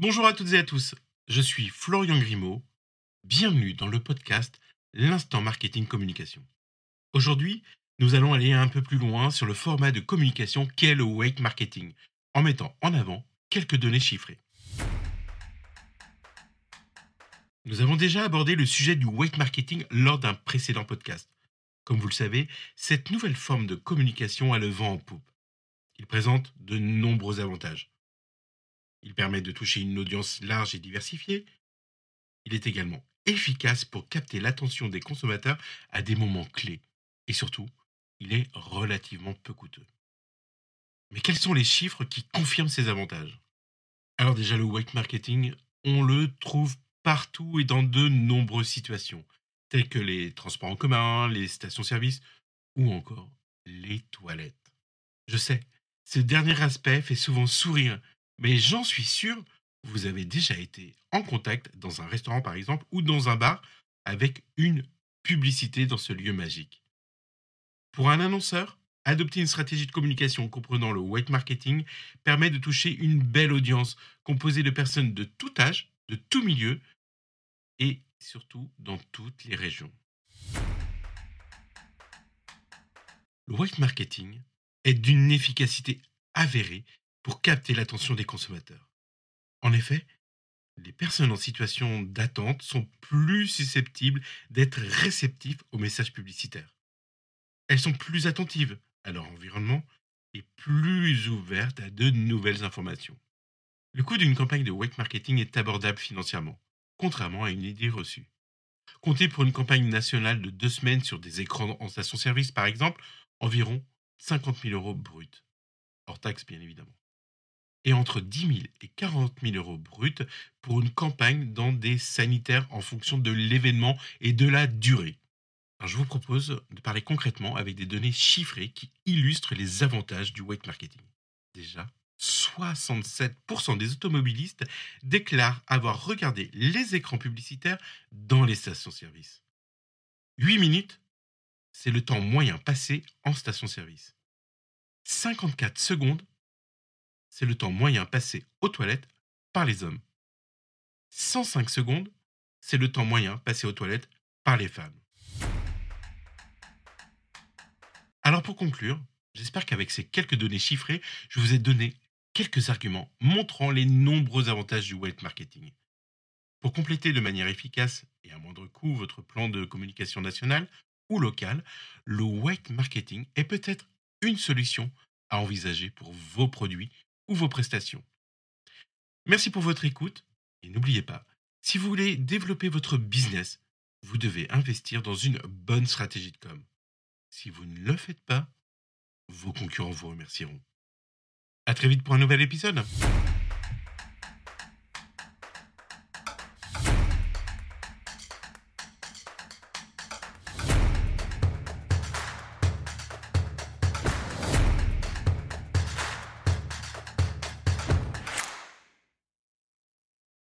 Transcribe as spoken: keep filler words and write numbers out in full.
Bonjour à toutes et à tous, je suis Florian Grimaud, bienvenue dans le podcast L'Instant Marketing Communication. Aujourd'hui, nous allons aller un peu plus loin sur le format de communication qu'est le weight marketing, en mettant en avant quelques données chiffrées. Nous avons déjà abordé le sujet du weight marketing lors d'un précédent podcast. Comme vous le savez, cette nouvelle forme de communication a le vent en poupe. Il présente de nombreux avantages. Il permet de toucher une audience large et diversifiée. Il est également efficace pour capter l'attention des consommateurs à des moments clés. Et surtout, il est relativement peu coûteux. Mais quels sont les chiffres qui confirment ces avantages? Alors déjà, le weight marketing, on le trouve partout et dans de nombreuses situations, telles que les transports en commun, les stations-service ou encore les toilettes. Je sais, ce dernier aspect fait souvent sourire, mais j'en suis sûr, vous avez déjà été en contact dans un restaurant par exemple ou dans un bar avec une publicité dans ce lieu magique. Pour un annonceur, adopter une stratégie de communication comprenant le weight marketing permet de toucher une belle audience composée de personnes de tout âge, de tout milieu et surtout dans toutes les régions. Le weight marketing est d'une efficacité avérée pour capter l'attention des consommateurs. En effet, les personnes en situation d'attente sont plus susceptibles d'être réceptifs aux messages publicitaires. Elles sont plus attentives à leur environnement et plus ouvertes à de nouvelles informations. Le coût d'une campagne de weight marketing est abordable financièrement, contrairement à une idée reçue. Comptez pour une campagne nationale de deux semaines sur des écrans en station-service, par exemple, environ cinquante mille euros bruts, hors taxes bien évidemment. Et entre dix mille et quarante mille euros bruts pour une campagne dans des sanitaires en fonction de l'événement et de la durée. Alors, je vous propose de parler concrètement avec des données chiffrées qui illustrent les avantages du weight marketing. Déjà, soixante-sept pour cent des automobilistes déclarent avoir regardé les écrans publicitaires dans les stations-service. huit minutes, c'est le temps moyen passé en station-service. cinquante-quatre secondes, c'est le temps moyen passé aux toilettes par les hommes. cent cinq secondes, c'est le temps moyen passé aux toilettes par les femmes. Alors pour conclure, j'espère qu'avec ces quelques données chiffrées, je vous ai donné quelques arguments montrant les nombreux avantages du weight marketing. Pour compléter de manière efficace et à moindre coût votre plan de communication nationale ou locale, le weight marketing est peut-être une solution à envisager pour vos produits ou vos prestations. Merci pour votre écoute et n'oubliez pas, si vous voulez développer votre business, vous devez investir dans une bonne stratégie de com. Si vous ne le faites pas, vos concurrents vous remercieront. À très vite pour un nouvel épisode.